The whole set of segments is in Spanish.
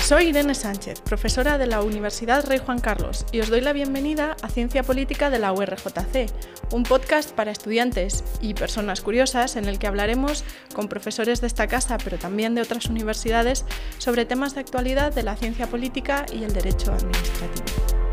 Soy Irene Sánchez, profesora de la Universidad Rey Juan Carlos, y os doy la bienvenida a Ciencia Política de la URJC, un podcast para estudiantes y personas curiosas en el que hablaremos con profesores de esta casa, pero también de otras universidades, sobre temas de actualidad de la ciencia política y el derecho administrativo.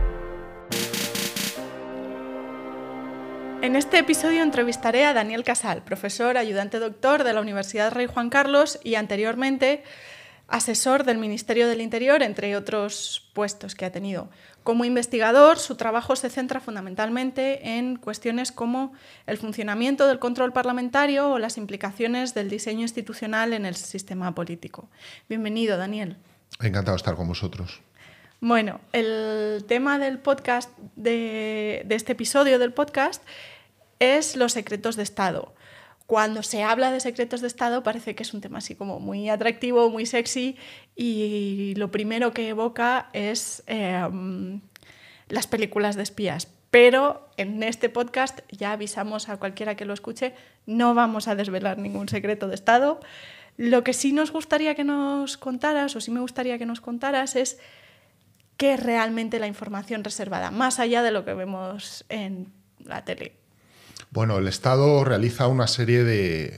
En este episodio entrevistaré a Daniel Casal, profesor ayudante doctor de la Universidad Rey Juan Carlos y anteriormente asesor del Ministerio del Interior, entre otros puestos que ha tenido. Como investigador, su trabajo se centra fundamentalmente en cuestiones como el funcionamiento del control parlamentario o las implicaciones del diseño institucional en el sistema político. Bienvenido, Daniel. Encantado de estar con vosotros. Bueno, el tema del podcast, de este episodio del podcast, es los secretos de Estado. Cuando se habla de secretos de Estado parece que es un tema así como muy atractivo, muy sexy, y lo primero que evoca es las películas de espías. Pero en este podcast, ya avisamos a cualquiera que lo escuche, no vamos a desvelar ningún secreto de Estado. Lo que sí nos gustaría que nos contaras, o sí me gustaría que nos contaras, es qué es realmente la información reservada, más allá de lo que vemos en la tele. Bueno, el Estado realiza una serie de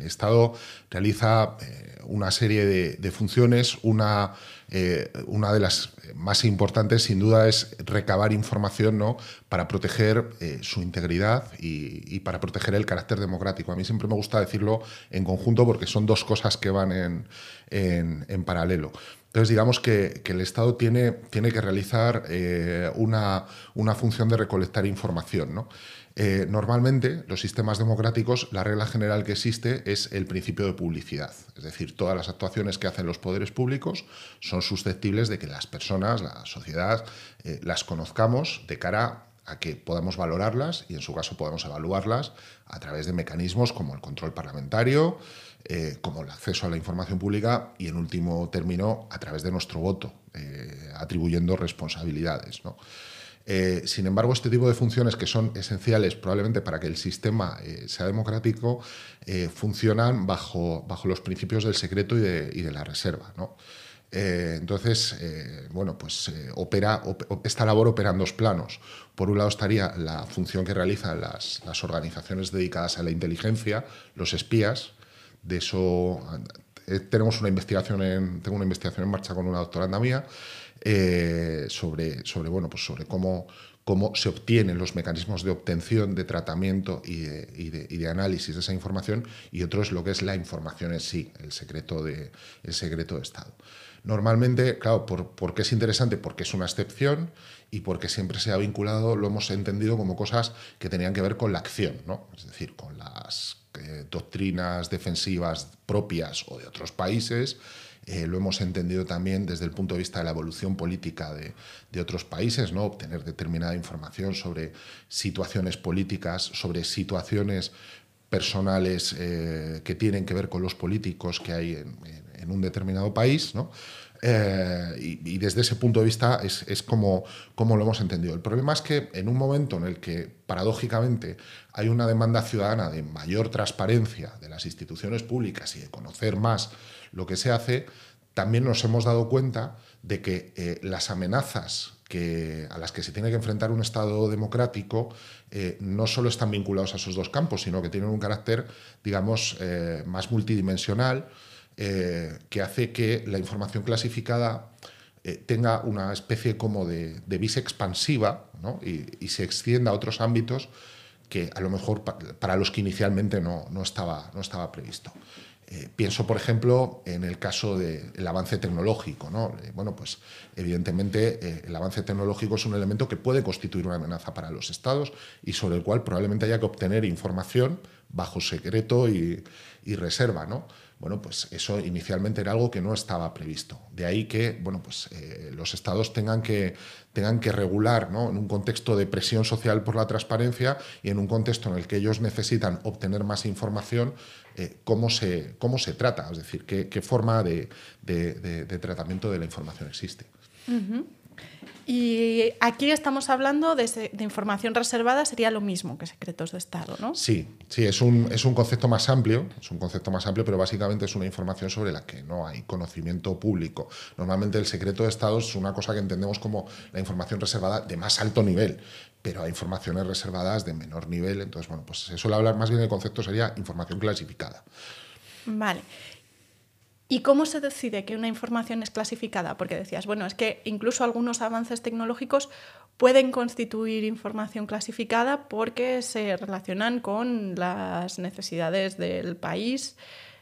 funciones. Una de las más importantes, sin duda, es recabar información, ¿no?, para proteger su integridad y para proteger el carácter democrático. A mí siempre me gusta decirlo en conjunto porque son dos cosas que van en paralelo. Entonces, digamos que el Estado tiene que realizar una función de recolectar información, ¿no? Normalmente, los sistemas democráticos, la regla general que existe es el principio de publicidad. Es decir, todas las actuaciones que hacen los poderes públicos son susceptibles de que las personas, la sociedad, las conozcamos de cara a que podamos valorarlas y, en su caso, podamos evaluarlas a través de mecanismos como el control parlamentario, como el acceso a la información pública y, en último término, a través de nuestro voto, atribuyendo responsabilidades, ¿no? Sin embargo, este tipo de funciones, que son esenciales probablemente para que el sistema sea democrático, funcionan bajo los principios del secreto y de la reserva, ¿no? Entonces, esta labor opera en dos planos. Por un lado estaría la función que realizan las organizaciones dedicadas a la inteligencia, los espías. De eso tengo una investigación en marcha con una doctoranda mía sobre cómo se obtienen los mecanismos de obtención, de tratamiento y de análisis de esa información, y otro es lo que es la información en sí, el secreto de Estado. Normalmente, claro, ¿por qué es interesante? Porque es una excepción y porque siempre se ha vinculado, lo hemos entendido como cosas que tenían que ver con la acción, ¿no? Es decir, con las doctrinas defensivas propias o de otros países. Lo hemos entendido también desde el punto de vista de la evolución política de otros países, ¿no? Obtener determinada información sobre situaciones políticas, sobre situaciones personales que tienen que ver con los políticos que hay en un determinado país, ¿no? Y desde ese punto de vista es como lo hemos entendido. El problema es que en un momento en el que, paradójicamente, hay una demanda ciudadana de mayor transparencia de las instituciones públicas y de conocer más lo que se hace, también nos hemos dado cuenta de que las amenazas a las que se tiene que enfrentar un Estado democrático no solo están vinculados a esos dos campos, sino que tienen un carácter, digamos, más multidimensional, que hace que la información clasificada tenga una especie como de vis expansiva, ¿no? y se extienda a otros ámbitos que a lo mejor para los que inicialmente no estaba previsto. Pienso, por ejemplo, en el caso del avance tecnológico, ¿no? Pues evidentemente el avance tecnológico es un elemento que puede constituir una amenaza para los estados y sobre el cual probablemente haya que obtener información bajo secreto y reserva, ¿no? Bueno, pues eso inicialmente era algo que no estaba previsto. De ahí que los estados tengan que regular, ¿no?, en un contexto de presión social por la transparencia y en un contexto en el que ellos necesitan obtener más información, cómo se trata, es decir, qué forma de tratamiento de la información existe. Uh-huh. Y aquí estamos hablando de información reservada, sería lo mismo que secretos de Estado, ¿no? Sí, sí, es un concepto más amplio, pero básicamente es una información sobre la que no hay conocimiento público. Normalmente el secreto de Estado es una cosa que entendemos como la información reservada de más alto nivel, pero hay informaciones reservadas de menor nivel. Entonces, bueno, pues se suele hablar más bien del concepto sería información clasificada. Vale. ¿Y cómo se decide que una información es clasificada? Porque decías, bueno, es que incluso algunos avances tecnológicos pueden constituir información clasificada porque se relacionan con las necesidades del país.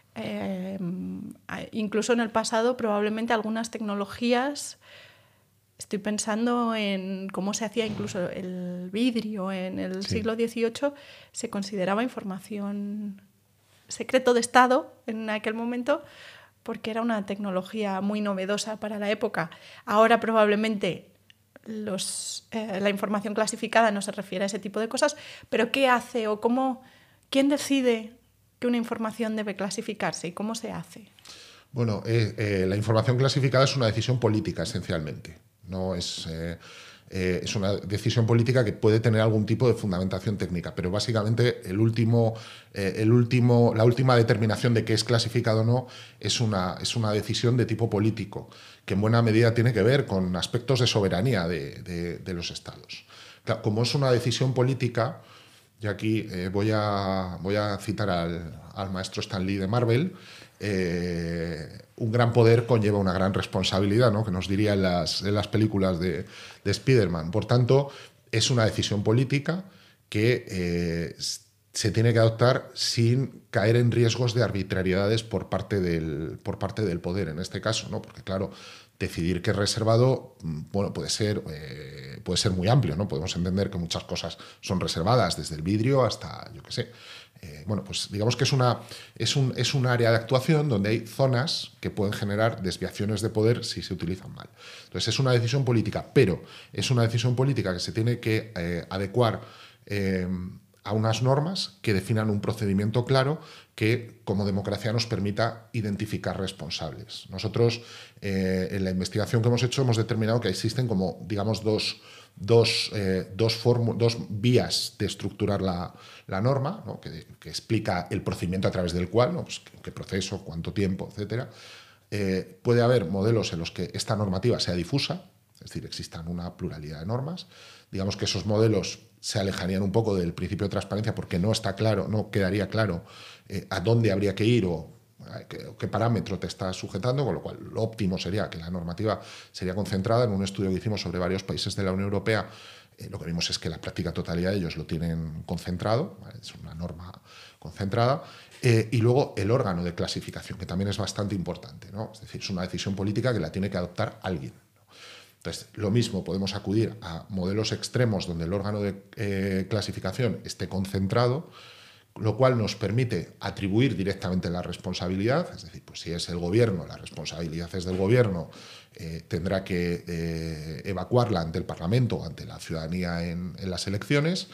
Incluso en el pasado, probablemente algunas tecnologías, estoy pensando en cómo se hacía incluso el vidrio en el siglo XVIII, se consideraba información secreto de Estado en aquel momento, porque era una tecnología muy novedosa para la época. Ahora probablemente la información clasificada no se refiere a ese tipo de cosas, pero ¿qué hace o quién decide que una información debe clasificarse y cómo se hace? Bueno, la información clasificada es una decisión política esencialmente. No es una decisión política que puede tener algún tipo de fundamentación técnica, pero básicamente la última determinación de qué es clasificado o no es una decisión de tipo político, que en buena medida tiene que ver con aspectos de soberanía de los estados. Claro, como es una decisión política, yo aquí voy a citar al maestro Stan Lee de Marvel. Un gran poder conlleva una gran responsabilidad, ¿no? Que nos diría en las películas de Spider-Man. Por tanto, es una decisión política que se tiene que adoptar sin caer en riesgos de arbitrariedades por parte del poder, en este caso, ¿no? Porque, claro, decidir qué es reservado, bueno, puede ser muy amplio, ¿no? Podemos entender que muchas cosas son reservadas, desde el vidrio hasta, yo qué sé. Bueno, pues digamos que es un área de actuación donde hay zonas que pueden generar desviaciones de poder si se utilizan mal. Entonces es una decisión política, pero es una decisión política que se tiene que adecuar a unas normas que definan un procedimiento claro que como democracia nos permita identificar responsables. Nosotros en la investigación que hemos hecho hemos determinado que existen como, digamos, dos vías de estructurar la norma, ¿no? que explica el procedimiento a través del cual, ¿no? Pues qué proceso, cuánto tiempo, etcétera. Puede haber modelos en los que esta normativa sea difusa, es decir, existan una pluralidad de normas. Digamos que esos modelos se alejarían un poco del principio de transparencia porque no está claro, no quedaría claro a dónde habría que ir o qué parámetro te está sujetando, con lo cual lo óptimo sería que la normativa sería concentrada. En un estudio que hicimos sobre varios países de la Unión Europea, lo que vimos es que la práctica totalidad de ellos lo tienen concentrado, ¿vale? Es una norma concentrada. Y luego el órgano de clasificación, que también es bastante importante, ¿no? Es decir, es una decisión política que la tiene que adoptar alguien. Entonces, lo mismo, podemos acudir a modelos extremos donde el órgano de clasificación esté concentrado, lo cual nos permite atribuir directamente la responsabilidad, es decir, pues si es el gobierno, la responsabilidad es del gobierno, tendrá que evacuarla ante el Parlamento o ante la ciudadanía en las elecciones,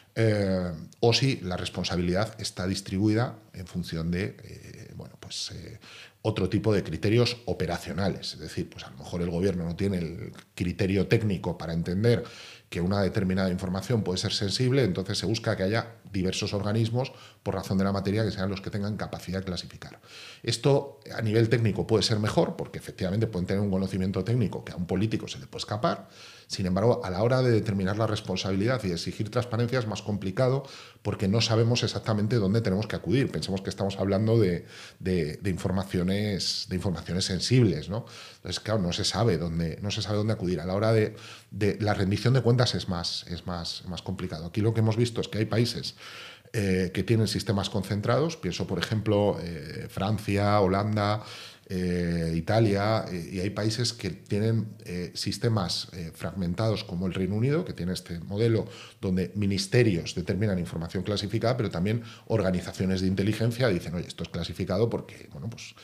o si la responsabilidad está distribuida en función de otro tipo de criterios operacionales. Es decir, pues a lo mejor el gobierno no tiene el criterio técnico para entender que una determinada información puede ser sensible, entonces se busca que haya diversos organismos, por razón de la materia, que sean los que tengan capacidad de clasificar. Esto a nivel técnico puede ser mejor, porque efectivamente pueden tener un conocimiento técnico que a un político se le puede escapar. Sin embargo, a la hora de determinar la responsabilidad y de exigir transparencia es más complicado porque no sabemos exactamente dónde tenemos que acudir. Pensemos que estamos hablando de informaciones sensibles, ¿no? Entonces, claro, no se sabe dónde acudir. A la hora de la rendición de cuentas es más complicado. Aquí lo que hemos visto es que hay países que tienen sistemas concentrados. Pienso, por ejemplo, Francia, Holanda, Italia, y hay países que tienen sistemas fragmentados como el Reino Unido, que tiene este modelo donde ministerios determinan información clasificada, pero también organizaciones de inteligencia dicen, oye, esto es clasificado porque, bueno, pues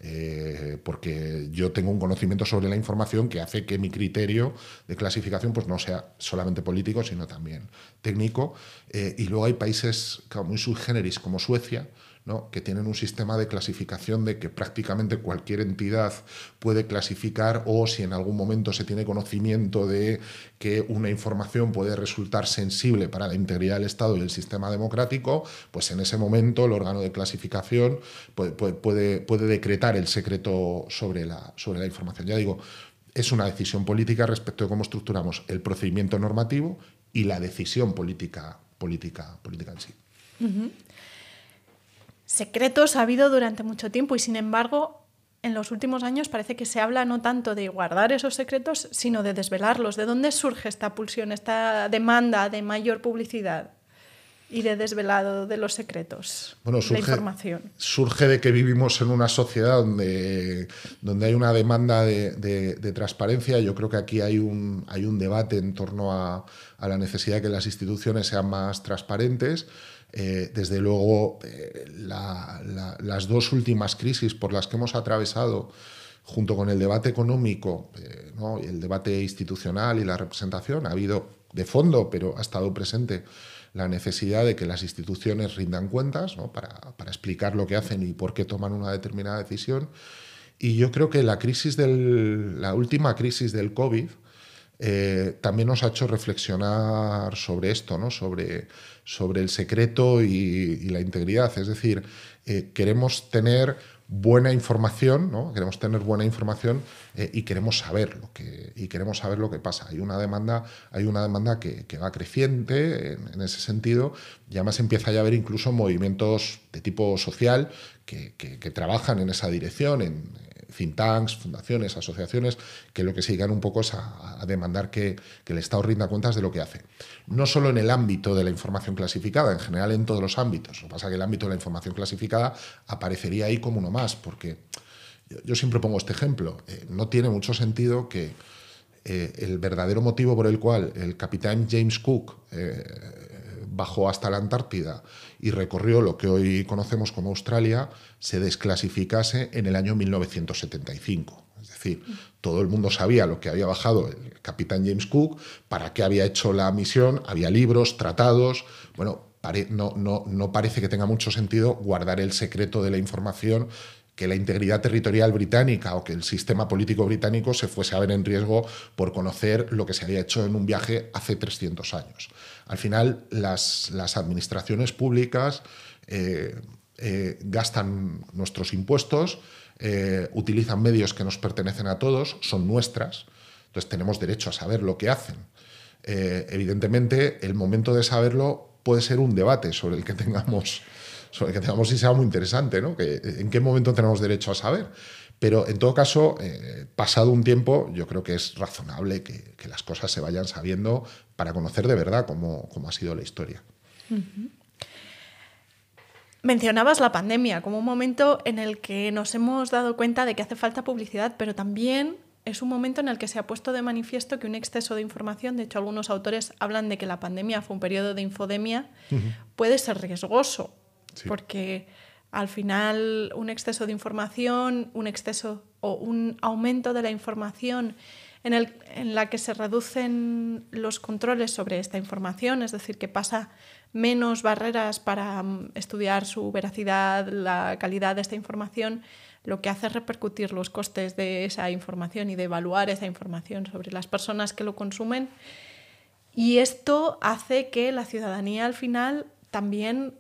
porque yo tengo un conocimiento sobre la información que hace que mi criterio de clasificación pues no sea solamente político, sino también técnico. Y luego hay países muy sui generis como Suecia, ¿no? Que tienen un sistema de clasificación de que prácticamente cualquier entidad puede clasificar, o si en algún momento se tiene conocimiento de que una información puede resultar sensible para la integridad del Estado y el sistema democrático, pues en ese momento el órgano de clasificación puede decretar el secreto sobre la información. Ya digo, es una decisión política respecto de cómo estructuramos el procedimiento normativo y la decisión política en sí. Uh-huh. Secretos ha habido durante mucho tiempo y, sin embargo, en los últimos años parece que se habla no tanto de guardar esos secretos, sino de desvelarlos. ¿De dónde surge esta pulsión, esta demanda de mayor publicidad y de desvelado de los secretos, bueno, la información? Surge de que vivimos en una sociedad donde hay una demanda de transparencia. Yo creo que aquí hay un debate en torno a la necesidad de que las instituciones sean más transparentes. Desde luego, las dos últimas crisis por las que hemos atravesado, junto con el debate económico, ¿no? Y el debate institucional y la representación, ha habido de fondo, pero ha estado presente la necesidad de que las instituciones rindan cuentas, ¿no? para explicar lo que hacen y por qué toman una determinada decisión. Y yo creo que la última crisis del COVID también nos ha hecho reflexionar sobre esto, ¿no? sobre el secreto y la integridad. Es decir, queremos tener buena información, ¿no? Queremos tener buena información y queremos saber lo que pasa. Hay una demanda que va creciente en ese sentido, y además empieza ya a haber incluso movimientos de tipo social que trabajan en esa dirección, en think tanks, fundaciones, asociaciones, que lo que se dedican un poco es a demandar que el Estado rinda cuentas de lo que hace. No solo en el ámbito de la información clasificada, en general en todos los ámbitos. Lo que pasa es que el ámbito de la información clasificada aparecería ahí como uno más, porque yo siempre pongo este ejemplo. No tiene mucho sentido que el verdadero motivo por el cual el capitán James Cook bajó hasta la Antártida y recorrió lo que hoy conocemos como Australia se desclasificase en el año 1975. Es decir, todo el mundo sabía lo que había bajado el capitán James Cook, para qué había hecho la misión, había libros, tratados. Bueno, no parece que tenga mucho sentido guardar el secreto de la información, que la integridad territorial británica o que el sistema político británico se fuese a ver en riesgo por conocer lo que se había hecho en un viaje hace 300 años. Al final, las administraciones públicas gastan nuestros impuestos, utilizan medios que nos pertenecen a todos, son nuestras, entonces tenemos derecho a saber lo que hacen. Evidentemente, el momento de saberlo puede ser un debate sobre el que tengamos y sea muy interesante, ¿no? ¿En qué momento tenemos derecho a saber? Pero en todo caso, pasado un tiempo, yo creo que es razonable que las cosas se vayan sabiendo para conocer de verdad cómo ha sido la historia. Uh-huh. Mencionabas la pandemia como un momento en el que nos hemos dado cuenta de que hace falta publicidad, pero también es un momento en el que se ha puesto de manifiesto que un exceso de información, de hecho algunos autores hablan de que la pandemia fue un periodo de infodemia, puede ser riesgoso. Sí. Porque al final un exceso de información, un exceso o un aumento de la información en la que se reducen los controles sobre esta información, es decir, que pasa menos barreras para estudiar su veracidad, la calidad de esta información, lo que hace es repercutir los costes de esa información y de evaluar esa información sobre las personas que lo consumen. Y esto hace que la ciudadanía al final también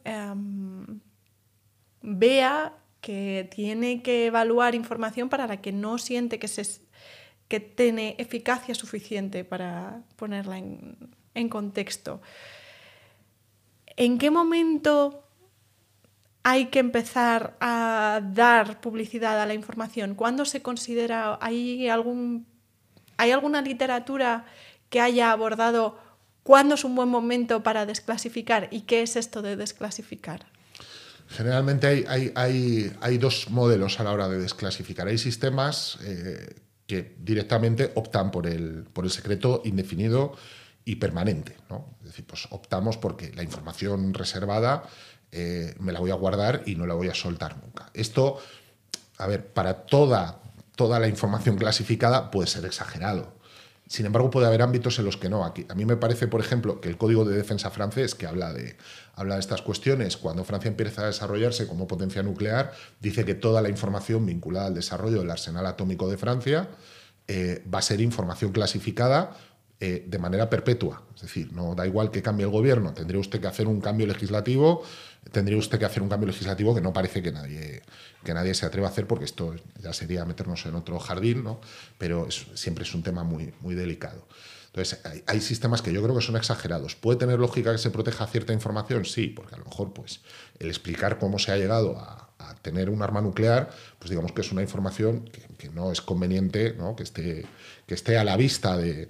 vea que tiene que evaluar información para la que no siente que tiene eficacia suficiente para ponerla en contexto. ¿En qué momento hay que empezar a dar publicidad a la información? ¿Cuándo se considera? ¿Hay alguna literatura que haya abordado cuándo es un buen momento para desclasificar y qué es esto de desclasificar? Generalmente hay dos modelos a la hora de desclasificar. Hay sistemas que directamente optan por el secreto indefinido y permanente, ¿no? Es decir, pues optamos porque la información reservada me la voy a guardar y no la voy a soltar nunca. Esto, a ver, para toda la información clasificada puede ser exagerado. Sin embargo, puede haber ámbitos en los que no. Aquí, a mí me parece, por ejemplo, que el Código de Defensa francés, que habla de estas cuestiones, cuando Francia empieza a desarrollarse como potencia nuclear, dice que toda la información vinculada al desarrollo del arsenal atómico de Francia va a ser información clasificada de manera perpetua. Es decir, no da igual que cambie el gobierno, tendría usted que hacer un cambio legislativo, que no parece que nadie se atreva a hacer, porque esto ya sería meternos en otro jardín, ¿no? Pero siempre es un tema muy, muy delicado. Entonces, hay sistemas que yo creo que son exagerados. ¿Puede tener lógica que se proteja cierta información? Sí, porque a lo mejor pues, el explicar cómo se ha llegado a tener un arma nuclear, pues digamos que es una información que no es conveniente, ¿no? Que esté a la vista de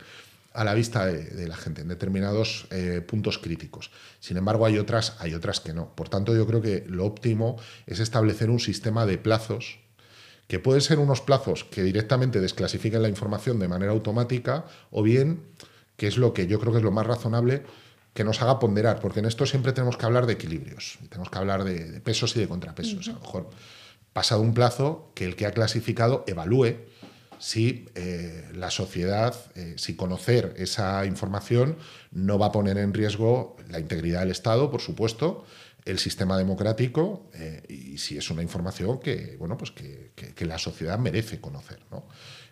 la gente en determinados puntos críticos. Sin embargo, hay otras que no. Por tanto, yo creo que lo óptimo es establecer un sistema de plazos, que pueden ser unos plazos que directamente desclasifiquen la información de manera automática, o bien, que es lo que yo creo que es lo más razonable, que nos haga ponderar, porque en esto siempre tenemos que hablar de equilibrios, tenemos que hablar de pesos y de contrapesos. A lo mejor, pasado un plazo, que el que ha clasificado evalúe si la sociedad, si conocer esa información no va a poner en riesgo la integridad del Estado, por supuesto, el sistema democrático, y si es una información que, bueno, pues que la sociedad merece conocer, ¿no?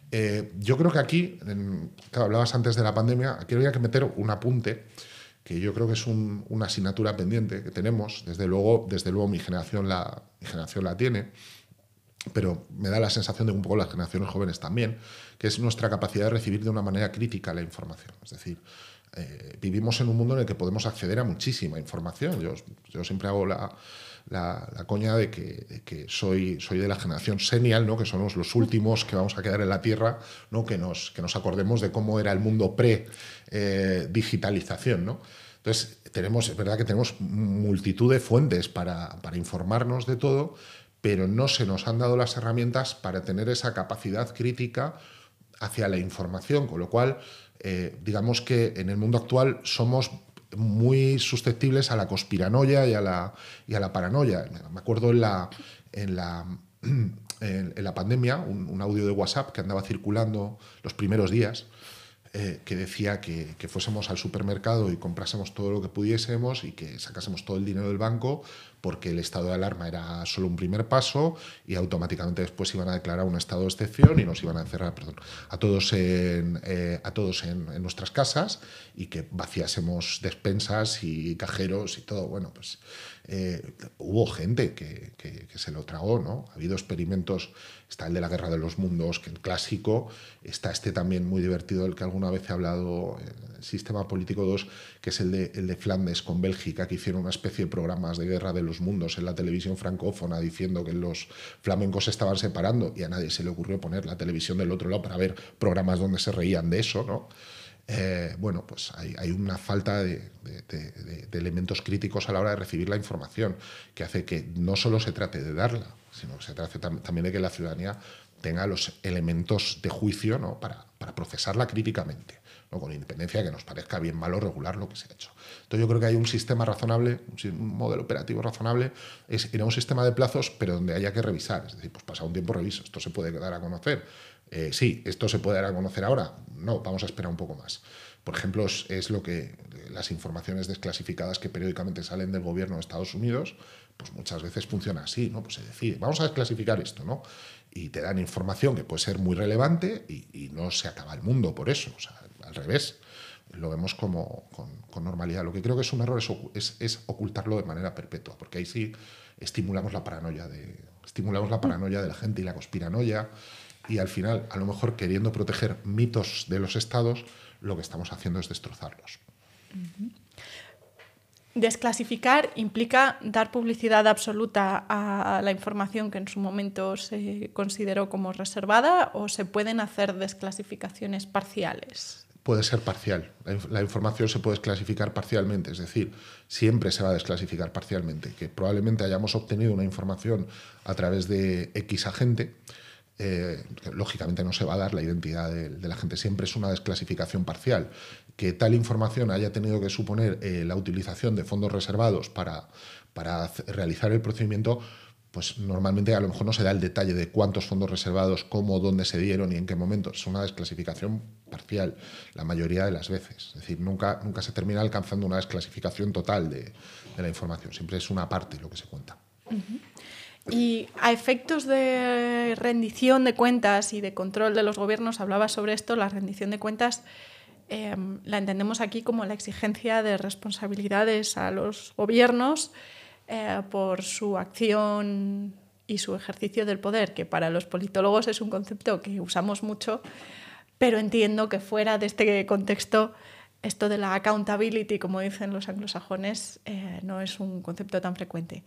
Yo creo que aquí, claro, hablabas antes de la pandemia, aquí habría que meter un apunte que yo creo que es una asignatura pendiente que tenemos. Desde luego mi generación la tiene, pero me da la sensación de un poco las generaciones jóvenes también, que es nuestra capacidad de recibir de una manera crítica la información. Es decir, vivimos en un mundo en el que podemos acceder a muchísima información. Yo siempre hago la coña de que soy de la generación senial, ¿no? Que somos los últimos que vamos a quedar en la Tierra, ¿no? Que nos acordemos de cómo era el mundo pre-digitalización, ¿no? Entonces, es verdad que tenemos multitud de fuentes para informarnos de todo, pero no se nos han dado las herramientas para tener esa capacidad crítica hacia la información, con lo cual, digamos que en el mundo actual somos muy susceptibles a la conspiranoia y a la paranoia. Me acuerdo en la pandemia, un audio de WhatsApp que andaba circulando los primeros días, que decía que fuésemos al supermercado y comprásemos todo lo que pudiésemos y que sacásemos todo el dinero del banco, porque el estado de alarma era solo un primer paso y automáticamente después iban a declarar un estado de excepción y nos iban a encerrar a todos en nuestras casas, y que vaciásemos despensas y cajeros y todo. Bueno, pues hubo gente que se lo tragó, ¿no? Ha habido experimentos, está el de la Guerra de los Mundos, que es clásico, está este también muy divertido, el que alguna vez he hablado, el Sistema Político 2, que es el de Flandes con Bélgica, que hicieron una especie de programas de Guerra de los Mundos en la televisión francófona, diciendo que los flamencos se estaban separando, y a nadie se le ocurrió poner la televisión del otro lado para ver programas donde se reían de eso, ¿no? Bueno, pues hay una falta de elementos críticos a la hora de recibir la información, que hace que no solo se trate de darla, sino que se trate también de que la ciudadanía tenga los elementos de juicio, ¿no? para procesarla críticamente, ¿no? Con independencia de que nos parezca bien, mal o regular lo que se ha hecho. Entonces yo creo que hay un sistema razonable, un modelo operativo razonable, es ir a un sistema de plazos, pero donde haya que revisar. Es decir, pues pasado un tiempo reviso, esto se puede dar a conocer. Sí, esto se puede dar a conocer ahora. No, vamos a esperar un poco más. Por ejemplo, es lo que las informaciones desclasificadas que periódicamente salen del gobierno de Estados Unidos, pues muchas veces funciona así, ¿no? Pues se decide, vamos a desclasificar esto, ¿no? Y te dan información que puede ser muy relevante y no se acaba el mundo por eso. O sea, al revés, lo vemos con normalidad. Lo que creo que es un error es ocultarlo de manera perpetua, porque ahí sí estimulamos la paranoia de la gente y la conspiranoia. Y al final, a lo mejor queriendo proteger mitos de los estados, lo que estamos haciendo es destrozarlos. Desclasificar implica dar publicidad absoluta a la información que en su momento se consideró como reservada, ¿o se pueden hacer desclasificaciones parciales? Puede ser parcial. La información se puede desclasificar parcialmente, es decir, siempre se va a desclasificar parcialmente. Que probablemente hayamos obtenido una información a través de X agente, lógicamente no se va a dar la identidad de la gente, siempre es una desclasificación parcial. Que tal información haya tenido que suponer la utilización de fondos reservados para realizar el procedimiento, pues normalmente a lo mejor no se da el detalle de cuántos fondos reservados, cómo, dónde se dieron y en qué momento. Es una desclasificación parcial la mayoría de las veces. Es decir, nunca se termina alcanzando una desclasificación total de la información. Siempre es una parte lo que se cuenta. Y a efectos de rendición de cuentas y de control de los gobiernos, hablaba sobre esto, la rendición de cuentas la entendemos aquí como la exigencia de responsabilidades a los gobiernos por su acción y su ejercicio del poder, que para los politólogos es un concepto que usamos mucho, pero entiendo que fuera de este contexto esto de la accountability, como dicen los anglosajones, no es un concepto tan frecuente.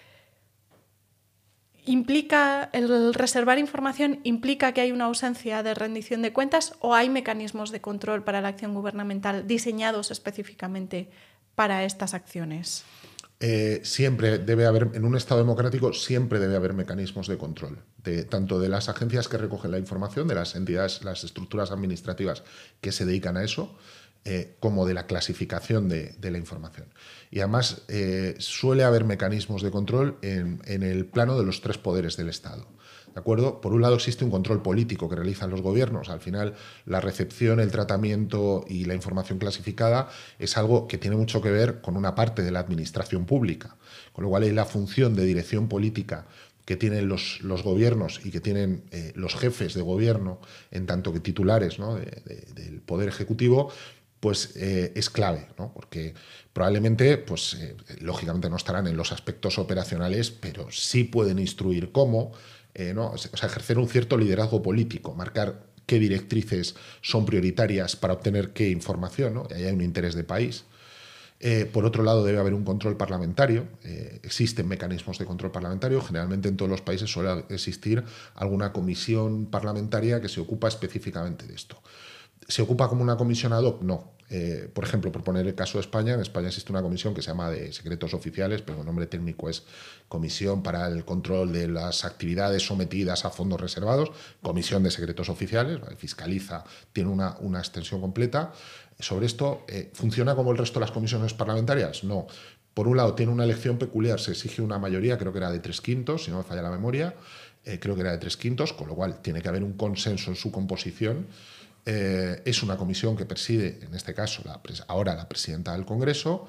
¿Implica el reservar información implica que hay una ausencia de rendición de cuentas o hay mecanismos de control para la acción gubernamental diseñados específicamente para estas acciones? Siempre debe haber, en un Estado democrático, siempre debe haber mecanismos de control, tanto de las agencias que recogen la información, de las entidades, las estructuras administrativas que se dedican a eso, como de la clasificación de la información. Y además suele haber mecanismos de control en el plano de los tres poderes del Estado. ¿De acuerdo? Por un lado existe un control político que realizan los gobiernos. Al final, la recepción, el tratamiento y la información clasificada es algo que tiene mucho que ver con una parte de la administración pública. Con lo cual, hay la función de dirección política que tienen los gobiernos y que tienen los jefes de gobierno, en tanto que titulares, ¿no?, del Poder Ejecutivo, pues es clave, ¿no? Porque probablemente, pues lógicamente no estarán en los aspectos operacionales, pero sí pueden instruir cómo, ¿no? O sea, ejercer un cierto liderazgo político, marcar qué directrices son prioritarias para obtener qué información, ¿no? Y ahí hay un interés de país. Por otro lado, debe haber un control parlamentario. Existen mecanismos de control parlamentario. Generalmente en todos los países suele existir alguna comisión parlamentaria que se ocupa específicamente de esto. ¿Se ocupa como una comisión ad hoc? No. Por ejemplo, por poner el caso de España, en España existe una comisión que se llama de secretos oficiales, pero el nombre técnico es Comisión para el Control de las Actividades Sometidas a Fondos Reservados, Comisión de Secretos Oficiales, ¿vale? Fiscaliza, tiene una extensión completa. Sobre esto, ¿funciona como el resto de las comisiones parlamentarias? No. Por un lado, tiene una elección peculiar, se exige una mayoría, creo que era de 3/5, si no me falla la memoria, creo que era de 3/5, con lo cual tiene que haber un consenso en su composición. Es una comisión que preside, en este caso, ahora la presidenta del Congreso,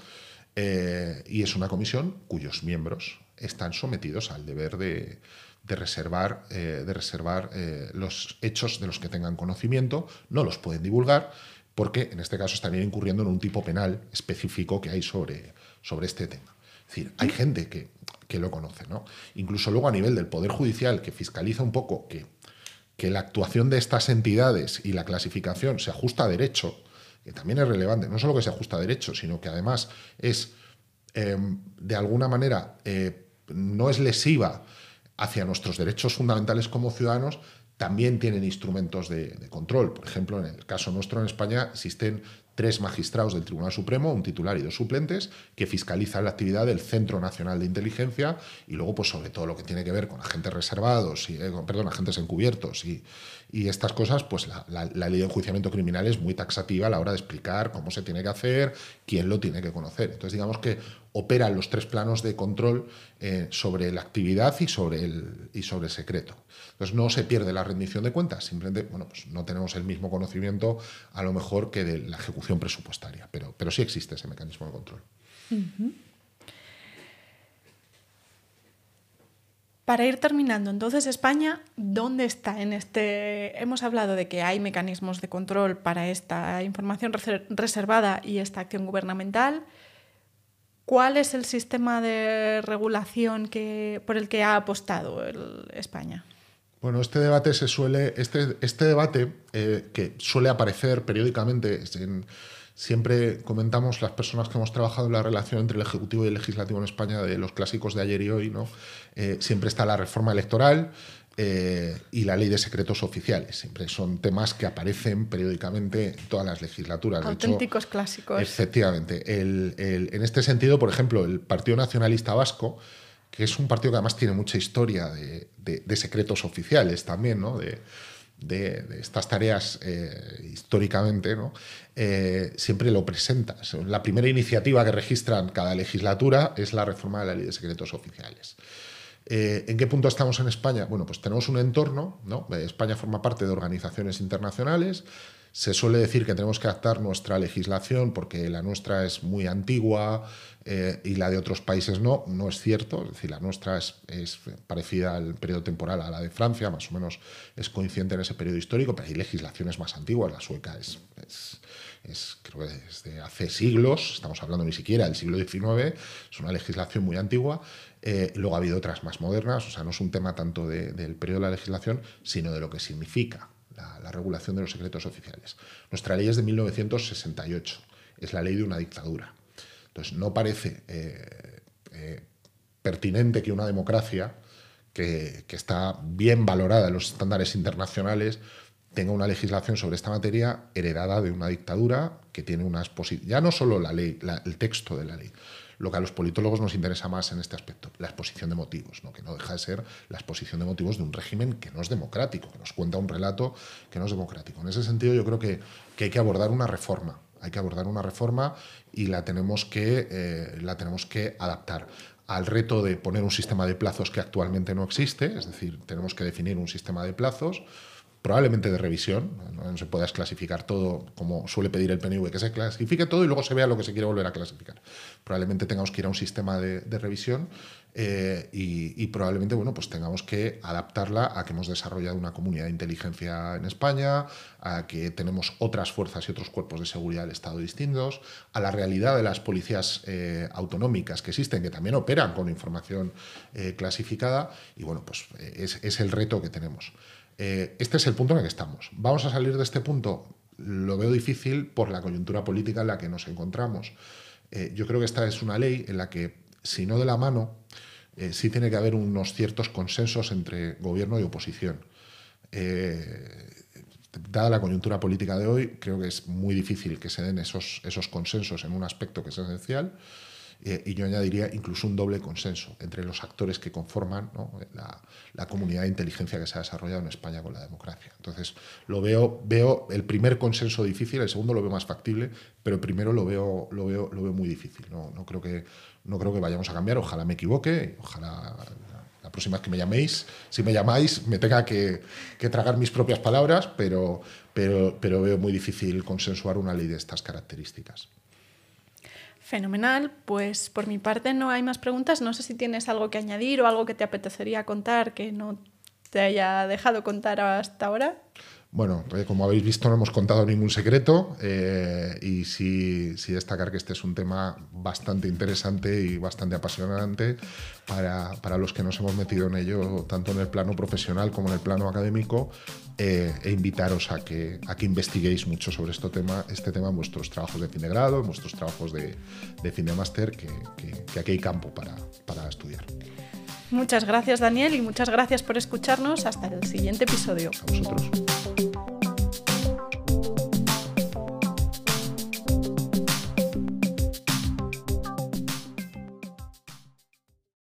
y es una comisión cuyos miembros están sometidos al deber de reservar los hechos de los que tengan conocimiento. No los pueden divulgar porque, en este caso, estarían incurriendo en un tipo penal específico que hay sobre este tema. Es decir, hay gente que lo conoce, ¿no? Incluso luego a nivel del Poder Judicial, que fiscaliza un poco que la actuación de estas entidades y la clasificación se ajusta a derecho, que también es relevante, no solo que se ajusta a derecho, sino que además es, de alguna manera, no es lesiva hacia nuestros derechos fundamentales como ciudadanos, también tienen instrumentos de control. Por ejemplo, en el caso nuestro en España existen 3 magistrados del Tribunal Supremo, un titular y 2 suplentes, que fiscalizan la actividad del Centro Nacional de Inteligencia y luego, pues sobre todo lo que tiene que ver con agentes reservados, agentes encubiertos y estas cosas, pues la ley de enjuiciamiento criminal es muy taxativa a la hora de explicar cómo se tiene que hacer, quién lo tiene que conocer. Entonces, digamos que operan los 3 planos de control sobre la actividad y sobre el secreto. Entonces, no se pierde la rendición de cuentas, simplemente, bueno, pues no tenemos el mismo conocimiento a lo mejor que de la ejecución presupuestaria, pero sí existe ese mecanismo de control. Uh-huh. Para ir terminando, entonces España, ¿dónde está en este? Hemos hablado de que hay mecanismos de control para esta información reservada y esta acción gubernamental. ¿Cuál es el sistema de regulación por el que ha apostado España? Bueno, este debate que suele aparecer periódicamente, siempre comentamos las personas que hemos trabajado en la relación entre el Ejecutivo y el Legislativo en España, de los clásicos de ayer y hoy, ¿no? Siempre está la reforma electoral y la ley de secretos oficiales. Siempre son temas que aparecen periódicamente en todas las legislaturas. Auténticos clásicos. Efectivamente. En este sentido, por ejemplo, el Partido Nacionalista Vasco, que es un partido que además tiene mucha historia de secretos oficiales también, ¿no? De estas tareas históricamente, ¿no? Siempre lo presenta. La primera iniciativa que registran cada legislatura es la reforma de la ley de secretos oficiales. ¿En qué punto estamos en España? Bueno, pues tenemos un entorno, ¿no? España forma parte de organizaciones internacionales. Se suele decir que tenemos que adaptar nuestra legislación porque la nuestra es muy antigua y la de otros países no. No es cierto. Es decir, la nuestra es parecida al periodo temporal a la de Francia, más o menos es coincidente en ese periodo histórico, pero hay legislaciones más antiguas. La sueca creo que desde hace siglos, estamos hablando ni siquiera del siglo XIX, es una legislación muy antigua. Luego ha habido otras más modernas, o sea, no es un tema tanto del periodo de la legislación, sino de lo que significa la regulación de los secretos oficiales. Nuestra ley es de 1968, es la ley de una dictadura. Entonces, no parece pertinente que una democracia que está bien valorada en los estándares internacionales tenga una legislación sobre esta materia heredada de una dictadura que tiene unas posiciones. Ya no solo la ley, el texto de la ley. Lo que a los politólogos nos interesa más en este aspecto, la exposición de motivos, ¿no? Que no deja de ser la exposición de motivos de un régimen que no es democrático, que nos cuenta un relato que no es democrático. En ese sentido, yo creo que hay que abordar una reforma. Hay que abordar una reforma y la tenemos que adaptar al reto de poner un sistema de plazos que actualmente no existe, es decir, tenemos que definir un sistema de plazos, probablemente de revisión, no se pueda clasificar todo como suele pedir el PNV, que se clasifique todo y luego se vea lo que se quiere volver a clasificar. Probablemente tengamos que ir a un sistema de revisión y probablemente pues tengamos que adaptarla a que hemos desarrollado una comunidad de inteligencia en España, a que tenemos otras fuerzas y otros cuerpos de seguridad del Estado distintos, a la realidad de las policías autonómicas que existen, que también operan con información clasificada, y pues es el reto que tenemos. Este es el punto en el que estamos. ¿Vamos a salir de este punto? Lo veo difícil por la coyuntura política en la que nos encontramos. Yo creo que esta es una ley en la que, si no de la mano, sí tiene que haber unos ciertos consensos entre gobierno y oposición. Dada la coyuntura política de hoy, creo que es muy difícil que se den esos consensos en un aspecto que es esencial. Y yo añadiría incluso un doble consenso entre los actores que conforman, ¿no?, la comunidad de inteligencia que se ha desarrollado en España con la democracia. Entonces, veo el primer consenso difícil, el segundo lo veo más factible, pero el primero lo veo muy difícil. No creo que vayamos a cambiar, ojalá me equivoque, ojalá la próxima vez que me llaméis, si me llamáis, me tenga que tragar mis propias palabras, pero veo muy difícil consensuar una ley de estas características. Fenomenal, pues por mi parte no hay más preguntas. No sé si tienes algo que añadir o algo que te apetecería contar que no te haya dejado contar hasta ahora. Bueno, como habéis visto, no hemos contado ningún secreto y sí destacar que este es un tema bastante interesante y bastante apasionante para los que nos hemos metido en ello, tanto en el plano profesional como en el plano académico, e invitaros a que investiguéis mucho sobre este tema en vuestros trabajos de fin de grado, en vuestros trabajos de fin de máster, que aquí hay campo para estudiar. Muchas gracias, Daniel, y muchas gracias por escucharnos. Hasta el siguiente episodio. A vosotros.